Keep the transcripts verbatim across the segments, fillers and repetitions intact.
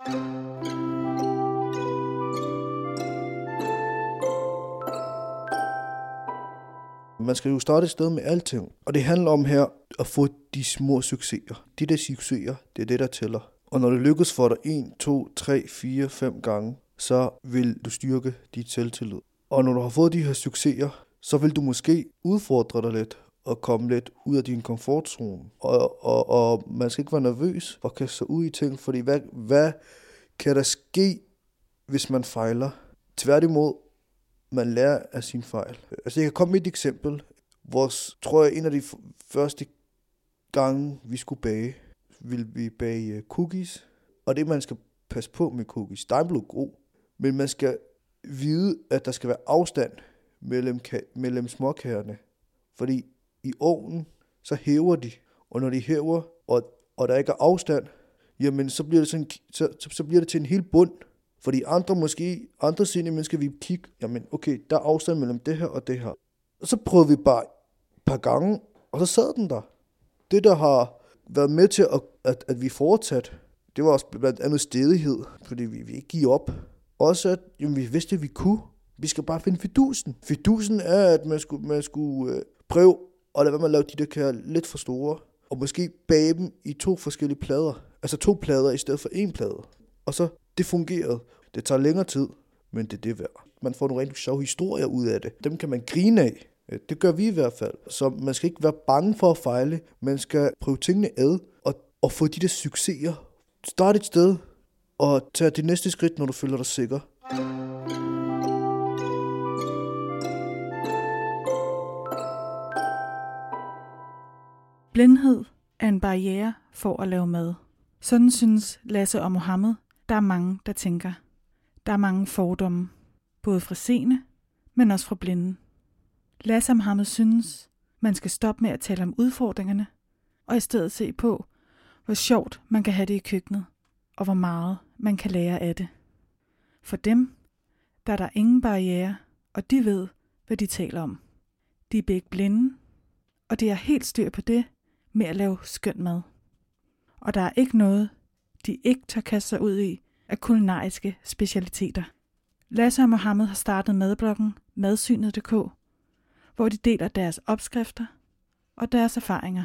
Man skal jo starte et sted med alting, og det handler om her at få de små succeser. De der succeser, det er det, der tæller. Og når det lykkes for dig en, to, tre, fire, fem gange, så vil du styrke dit selvtillid. Og når du har fået de her succeser, så vil du måske udfordre dig lidt og komme lidt ud af din komfortzone. Og, og, og man skal ikke være nervøs og kaste sig ud i ting, fordi hvad, hvad kan der ske, hvis man fejler? Tværtimod, man lærer af sin fejl. Altså jeg kan komme med et eksempel, hvor tror jeg en af de første gange, vi skulle bage, ville vi bage cookies. Og det man skal passe på med cookies, der er blevet god, men man skal vide, at der skal være afstand mellem, mellem småkagerne. Fordi i ovnen, så hæver de, og når de hæver, og, og der ikke er afstand, jamen så bliver det, sådan, så, så, så bliver det til en hel bund. Fordi andre måske, andre sinde mennesker vil kigge, jamen okay, der er afstand mellem det her og det her. Og så prøvede vi bare et par gange, og så sad den der. Det, der har været med til, at, at, at vi fortsat, det var også blandt andet stedighed, fordi vi, vi ikke give op. Også at jamen, vi vidste, at vi kunne. Vi skal bare finde fidusen. Fidusen er, at man skulle, man skulle øh, prøve at lade være med at lave de der kager lidt for store, og måske bage dem i to forskellige plader. Altså to plader i stedet for en plade. Og så, det fungerede. Det tager længere tid, men det er det værd. Man får nogle rigtig sjove historier ud af det. Dem kan man grine af. Det gør vi i hvert fald. Så man skal ikke være bange for at fejle. Man skal prøve tingene ad og, og få de der succeser. Start et sted og tag det næste skridt, når du føler dig sikker. Blindhed er en barriere for at lave mad. Sådan synes Lasse og Mohammed, der er mange, der tænker. Der er mange fordomme, både fra seende, men også fra blinde. Lasse og Mohammed synes, man skal stoppe med at tale om udfordringerne, og i stedet se på, hvor sjovt man kan have det i køkkenet, og hvor meget man kan lære af det. For dem, der er der ingen barriere, og de ved, hvad de taler om. De er begge blinde, og det er helt styr på det med at lave skøn mad. Og der er ikke noget, de ikke tør kaste sig ud i af kulinariske specialiteter. Lasse og Mohammed har startet madbloggen madsynet punktum d k, hvor de deler deres opskrifter og deres erfaringer.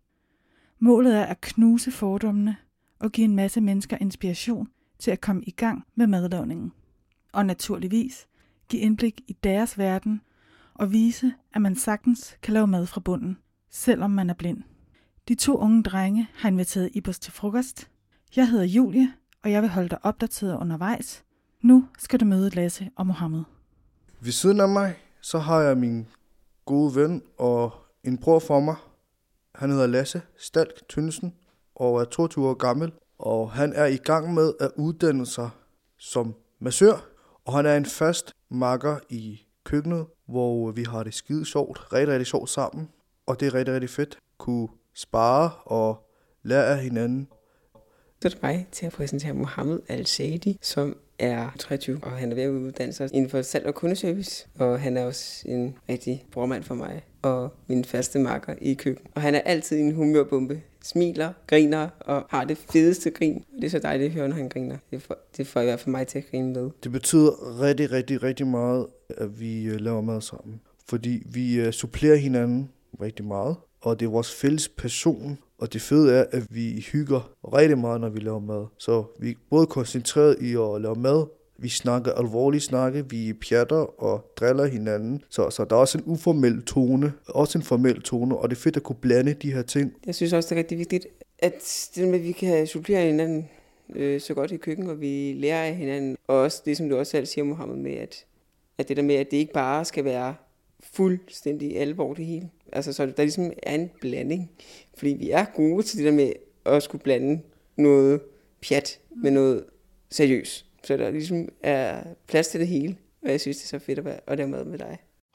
Målet er at knuse fordommene og give en masse mennesker inspiration til at komme i gang med madlavningen. Og naturligvis give indblik i deres verden og vise, at man sagtens kan lave mad fra bunden, selvom man er blind. De to unge drenge har inviteret Ibos til frokost. Jeg hedder Julie, og jeg vil holde dig opdateret undervejs. Nu skal du møde Lasse og Mohammed. Ved siden af mig, så har jeg min gode ven og en bror for mig. Han hedder Lasse Stalk Tønnesen og er toogtyve år gammel. Og han er i gang med at uddanne sig som massør. Og han er en fast makker i køkkenet, hvor vi har det skide sjovt, rigtig, rigtig sjovt sammen. Og det er rigtig, rigtig fedt. Kunne spare og lære af hinanden. Så er det mig til at præsentere Mohammed Al-Sadi, som er treogtyve, og han er ved at uddanne sig inden for salg og kundeservice. Og han er også en rigtig brormand for mig, og min faste makker i køkken. Og han er altid en humørbombe, smiler, griner og har det fedeste grin. Det er så dejligt at høre, når han griner. Det får, det får i hvert fald mig til at grine med. Det betyder rigtig, rigtig, rigtig meget, at vi laver mad sammen. Fordi vi supplerer hinanden rigtig meget, og det er vores fælles passion. Og det fede er, at vi hygger rigtig meget, når vi laver mad. Så vi er både koncentreret i at lave mad, vi snakker alvorlige snakke, vi pjatter og driller hinanden. Så, så der er også en uformel tone, også en formel tone, og det er fedt at kunne blande de her ting. Jeg synes også, det er rigtig vigtigt, at det med, at vi kan supplere hinanden øh, så godt i køkken, og vi lærer af hinanden. Og også det, som du også selv siger, Mohammed, med at, at det der med, at det ikke bare skal være fuldstændig alvor det hele. Altså, så der ligesom er en blanding. Fordi vi er gode til det der med at skulle blande noget pjat med noget seriøst. Så der ligesom er plads til det hele. Og jeg synes, det er så fedt at være og lave mad med dig.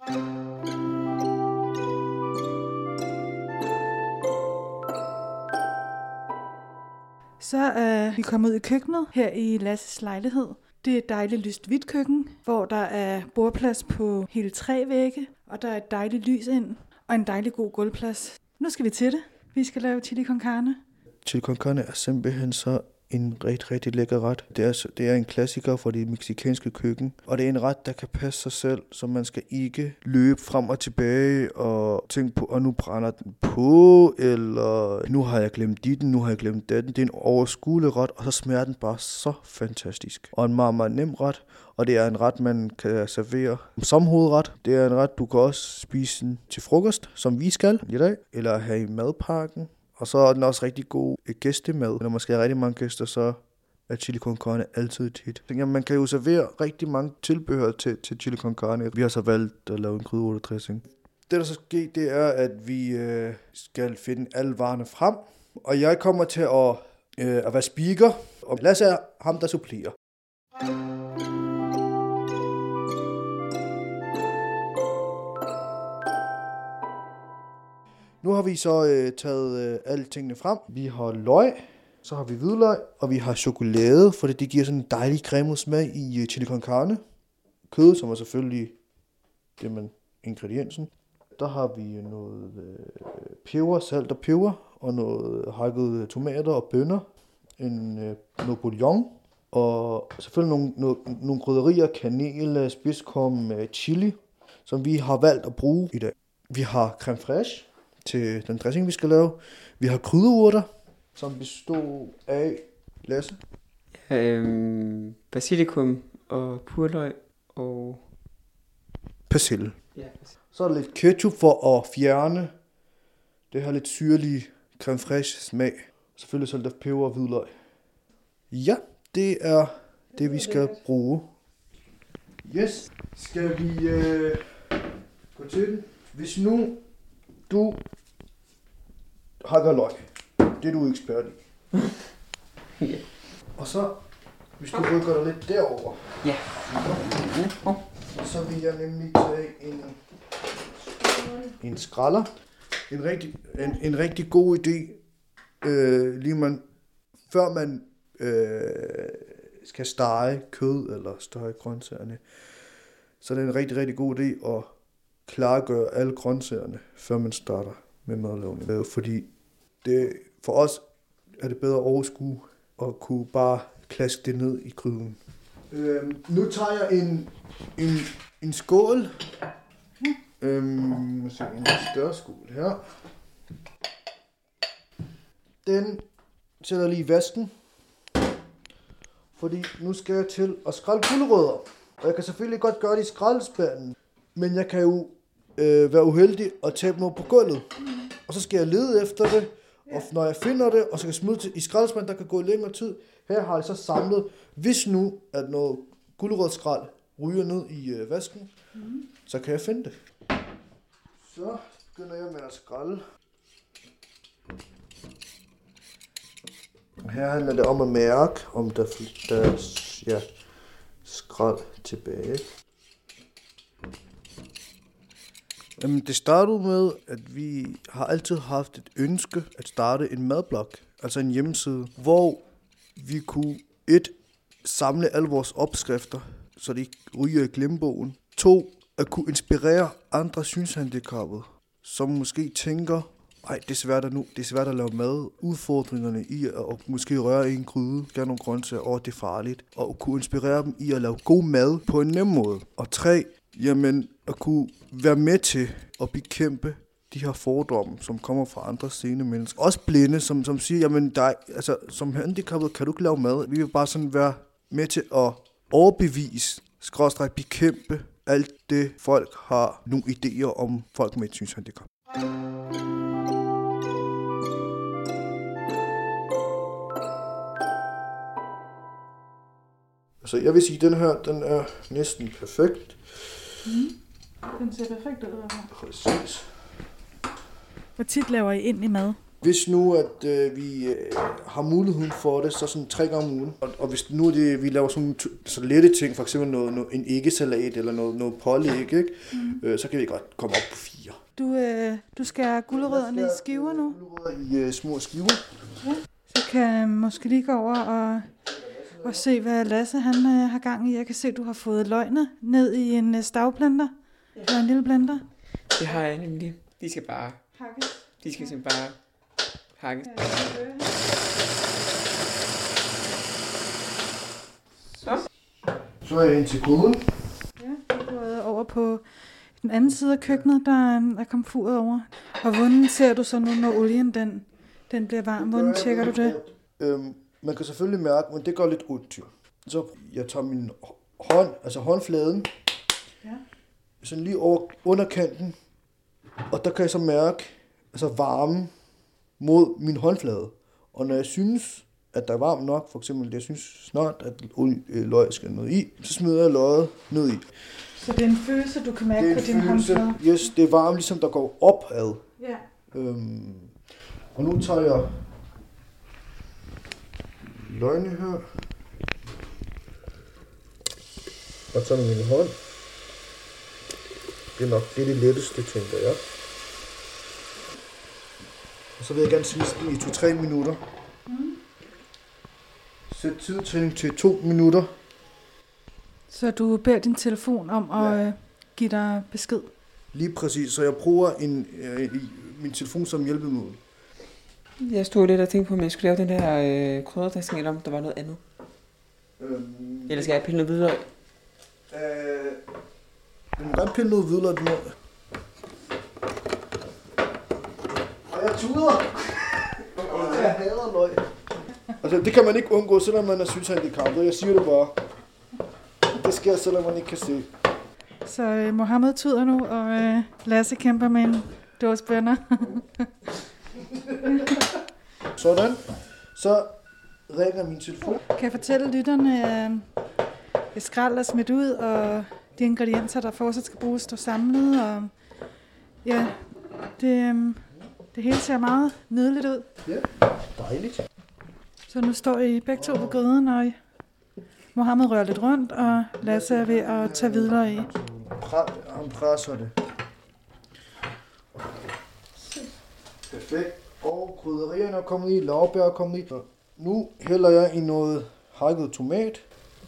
Så er vi kommet ud i køkkenet her i Lasses lejlighed. Det er et dejligt lyst hvidt køkken, hvor der er bordplads på hele tre vægge, og der er et dejligt lys ind, og en dejlig god gulvplads. Nu skal vi til det. Vi skal lave chili con carne. Chili con carne er simpelthen så en rigtig, rigtig lækker ret. Det er, det er en klassiker for det mexicanske køkken, og det er en ret, der kan passe sig selv, så man skal ikke løbe frem og tilbage og tænke på, og nu brænder den på, eller nu har jeg glemt ditten, nu har jeg glemt datten. Det er en overskuelig ret, og så smager den bare så fantastisk. Og en meget, meget nem ret, og det er en ret, man kan servere som hovedret. Det er en ret, du kan også spise den til frokost, som vi skal i dag, eller have i madpakken. Og så er den også rigtig god gæstemad. Når man skal have rigtig mange gæster, så er chili con carne altid et hit. Jamen, man kan jo servere rigtig mange tilbehør til, til chili con carne. Vi har så valgt at lave en krydderurtedressing. Det, der så sker, det er, at vi øh, skal finde alle varerne frem. Og jeg kommer til at, øh, at være speaker, og Lasse er ham, der supplerer. Nu har vi så øh, taget øh, alle tingene frem. Vi har løg, så har vi hvidløg, og vi har chokolade, for det, det giver sådan en dejlig cremet smag i øh, chili con carne. Kød, som er selvfølgelig det, man ingrediensen. Der har vi noget øh, peber, salt og peber, og noget hakket tomater og bønner. En, øh, noget bouillon, og selvfølgelig nogle, noget, nogle krydderier, kanel, spidskom, øh, chili, som vi har valgt at bruge i dag. Vi har creme fraiche til den dressing, vi skal lave. Vi har krydderurter, som består af, Lasse? Øhm, basilikum og purløg og persille. Ja. Så er der lidt ketchup for at fjerne det her lidt syrlige creme fraiche smag. Selvfølgelig salt og peber og hvidløg. Ja, det er det, vi skal bruge. Yes, skal vi øh, gå til den? Hvis nu du hakker løg, det er du ekspert i. Ja. Og så, hvis du rykker dig lidt derover, ja. så vil jeg nemlig tage en, en skræller. En rigtig, en, en rigtig god idé, øh, lige man, før man øh, skal stege kød eller stege grøntsagerne, så er det en rigtig, rigtig god idé at klargøre alle grøntsagerne, før man starter med madlavning. Fordi det, for os er det bedre at overskue og kunne bare klaske det ned i gryden. Øhm, nu tager jeg en, en, en skål. Øhm, så en større skål her. Den sætter jeg lige i vasken. Fordi nu skal jeg til at skrælle gulerødder. Og jeg kan selvfølgelig godt gøre det i skraldespanden. Men jeg kan jo øh, være uheldig og tabe noget på gulvet. Og så skal jeg lede efter det. Og når jeg finder det, og så kan jeg smide det i skraldespanden, der kan gå længere tid. Her har jeg så samlet, hvis nu at noget gulerødsskrald ryger ned i øh, vasken, mm. så kan jeg finde det. Så begynder jeg med at skrælle. Her handler det om at mærke, om der, der er ja, skrald tilbage. Jamen, det startede med, at vi har altid haft et ønske at starte en madblog, altså en hjemmeside, hvor vi kunne et samle alle vores opskrifter, så de ikke ryger i glemmebogen. To, at kunne inspirere andre synshandicappede, som måske tænker, ej, det er svært at nu, det er svært at lave mad. Udfordringerne i at måske røre i en gryde, gøre nogle grøntsager, og det er farligt. Og at kunne inspirere dem i at lave god mad på en nem måde. Og tre, jamen at kunne være med til at bekæmpe de her fordomme, som kommer fra andre sene mennesker. Også blinde, som, som siger, jamen der er, altså, som handicappet kan du ikke lave mad. Vi vil bare sådan være med til at overbevise, skråstreg bekæmpe alt det, folk har nogle idéer om folk med et synshandicap. Så jeg vil sige, at den her, den er næsten perfekt. Mm. Den ser perfekt ud. Præcis. Hvor tit laver I ind i mad? Hvis nu, at øh, vi øh, har muligheden for det, så sådan tre gange om ugen. Og, og hvis nu det, vi laver sådan så lette ting, for eksempel noget, noget, en æggesalat eller noget, noget pålæg, ikke? Mm. Øh, så kan vi godt komme op på fire. Du, øh, du skærer gulerødderne i skiver nu? Gulerødder i øh, små skiver. Ja. Så kan jeg måske lige gå over og, og se, hvad Lasse han, øh, har gang i. Jeg kan se, at du har fået løgene ned i en øh, stavblender. Ja. Eller en lille blender. Det har jeg nemlig. De skal bare hakkes. De skal simpelthen bare hakkes. Så er jeg ind til koden. Ja, du er over på den anden side af køkkenet, der er komfuret over. Og hvordan ser du så nu, når olien den, den bliver varm? Hvordan tjekker du det? Øhm, man kan selvfølgelig mærke, men det gør lidt ondt. Så jeg tager min hånd, altså håndfladen, ja. Sådan lige over underkanten, og der kan jeg så mærke altså varme mod min håndflade. Og når jeg synes, at der er varmt nok, for eksempel, jeg synes snart, at løg skal noget i, så smider jeg løget ned i. Så det er en følelse, du kan mærke på din håndflade? Yes, det er varmt, ligesom der går opad. Ja. Øhm, og nu tager jeg løgene her. Og tager med min hånd. Det er nok det, er det letteste, tænker jeg. Og så vil jeg gerne svise den i to til tre minutter. Mm. Sæt tidtælling til to minutter. Så du beder din telefon om at ja. give dig besked? Lige præcis, så jeg bruger en, øh, min telefon som hjælpemiddel. Jeg stod lidt og tænkte på, om jeg skulle lave den der øh, krydderdressing, eller om der var noget andet. Øhm, eller skal jeg pille noget hvidløg? Øh, du må gerne pille noget hvidløg, du må. Og jeg tuder! Jeg hader løg. Altså, det kan man ikke undgå, selvom man er synshandicappet. Jeg siger det bare. Det sker, selvom man ikke kan se. Så øh, Mohammed tuder nu, og øh, Lasse kæmper med en dåse bønner. Sådan. Så ringer min telefon. Kan jeg fortælle lytterne, at øh, skrald er smidt ud, og de ingredienser, der fortsat skal bruges, står samlet. Og ja, det, øh, det hele ser meget nydeligt ud. Ja, dejligt. Så nu står I begge to på gryden, og Mohammed rører lidt rundt, og Lasse er ved at tage videre i. Han presser det. Perfekt. Og krydderierne er kommet i, laurbær er kommet i. Nu hælder jeg i noget hakket tomat.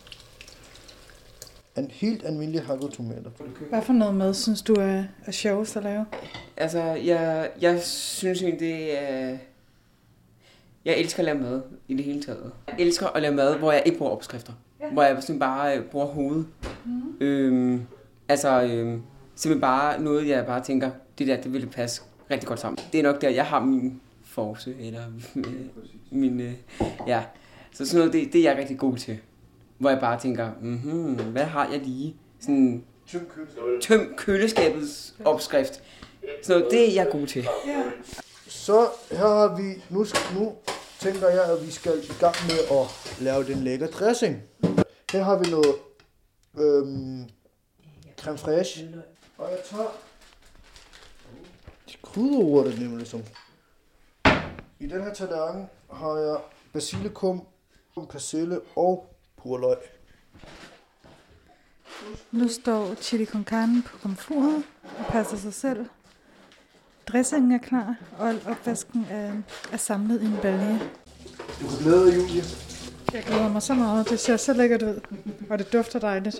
En helt almindelig hakket tomater. Hvad for noget mad synes du er, er sjovest at lave? Altså, jeg, jeg synes egentlig, det er... Jeg elsker at lave mad i det hele taget. Jeg elsker at lave mad, hvor jeg ikke bruger opskrifter. Ja. Hvor jeg sådan bare bruger hovedet. Mm. Øhm, altså, øhm, simpelthen bare noget, jeg bare tænker, det der, det ville passe rigtig godt sammen. Det er nok der, jeg har min force, eller min, øh, ja. Så sådan noget, det, det er jeg rigtig god til. Hvor jeg bare tænker, mhm, hvad har jeg lige? Sådan, tøm køleskabets opskrift. Så det er jeg god til. Ja. Så her har vi, nu, nu tænker jeg, at vi skal i gang med at lave den lækker dressing. Her har vi noget øhm, creme fraiche. Og jeg tager de krydderurter nemlig som. I den her tallerken har jeg basilikum, persille og purløg. Nu står chili con carne på komfuret og passer sig selv. Dressingen er klar, og opvasken er, er samlet i en balje. Du kan glæde dig, Julie. Jeg glæder mig så meget. Det ser så lækkert ud, og det dufter dejligt.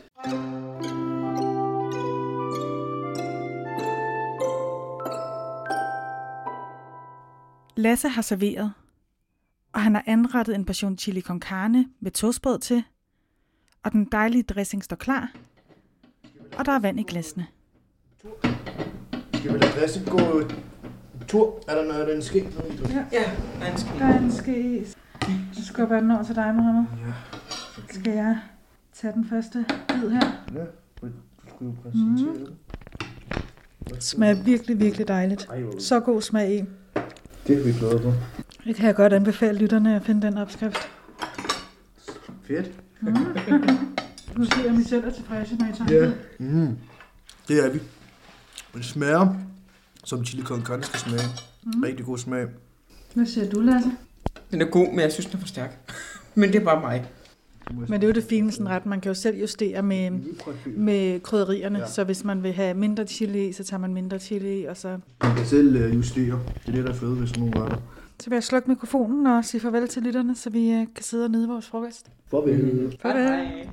Lasse har serveret, og han har anrettet en portion chili con carne med toastbrød til, og den dejlige dressing står klar, og der er vand i glasene. Skal vi lade dressing gå tur? Er der, noget, er der en ske? Ja, ja, der er en ske. Der er en ske i. Så skubber jeg den over til dig, Mohammed. Ja. Skal jeg tage den første bid her? Ja, du skulle jo præsentere mm. det. Det smager virkelig, virkelig dejligt. Så god smag i. Det er vi glade på. Det kan jeg godt anbefale lytterne at finde den opskrift. Fedt. Mm. Nu siger jeg, at I selv er tilfredse, når I tager ja. Mm. Det er vi. Det smager, som chili con carne skal smage. Mm. Rigtig god smag. Hvad siger du, Lasse? Den er god, men jeg synes, den er for stærk. Men det er bare mig. Men det er jo det fine sådan ret. Man kan jo selv justere med, med krydderierne. Ja. Så hvis man vil have mindre chili i, så tager man mindre chili i. Og så... Man kan selv justere. Det er det, der er fedt ved sådan nogle retter. Så vil jeg slukke mikrofonen og sige farvel til lytterne, så vi kan sidde og nyde vores frokost. Farvel. Farvel. Hej.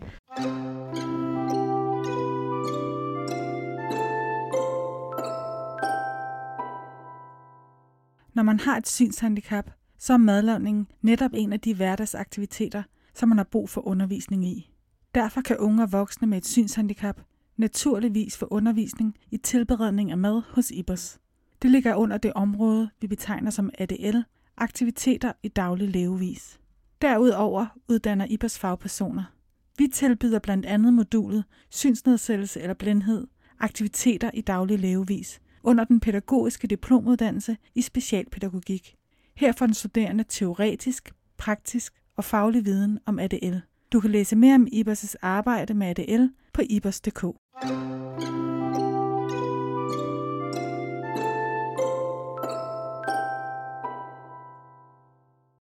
Når man har et synshandicap, så er madlavning netop en af de hverdagsaktiviteter, som man har brug for undervisning i. Derfor kan unge og voksne med et synshandicap naturligvis få undervisning i tilberedning af mad hos I B O S. Det ligger under det område, vi betegner som A D L, aktiviteter i daglig levevis. Derudover uddanner I B O S fagpersoner. Vi tilbyder blandt andet modulet synsnedsættelse eller blindhed, aktiviteter i daglig levevis, under den pædagogiske diplomuddannelse i specialpædagogik. Her får den studerende teoretisk, praktisk og faglig viden om A D L. Du kan læse mere om I B O S' arbejde med A D L på I B O S punktum d k.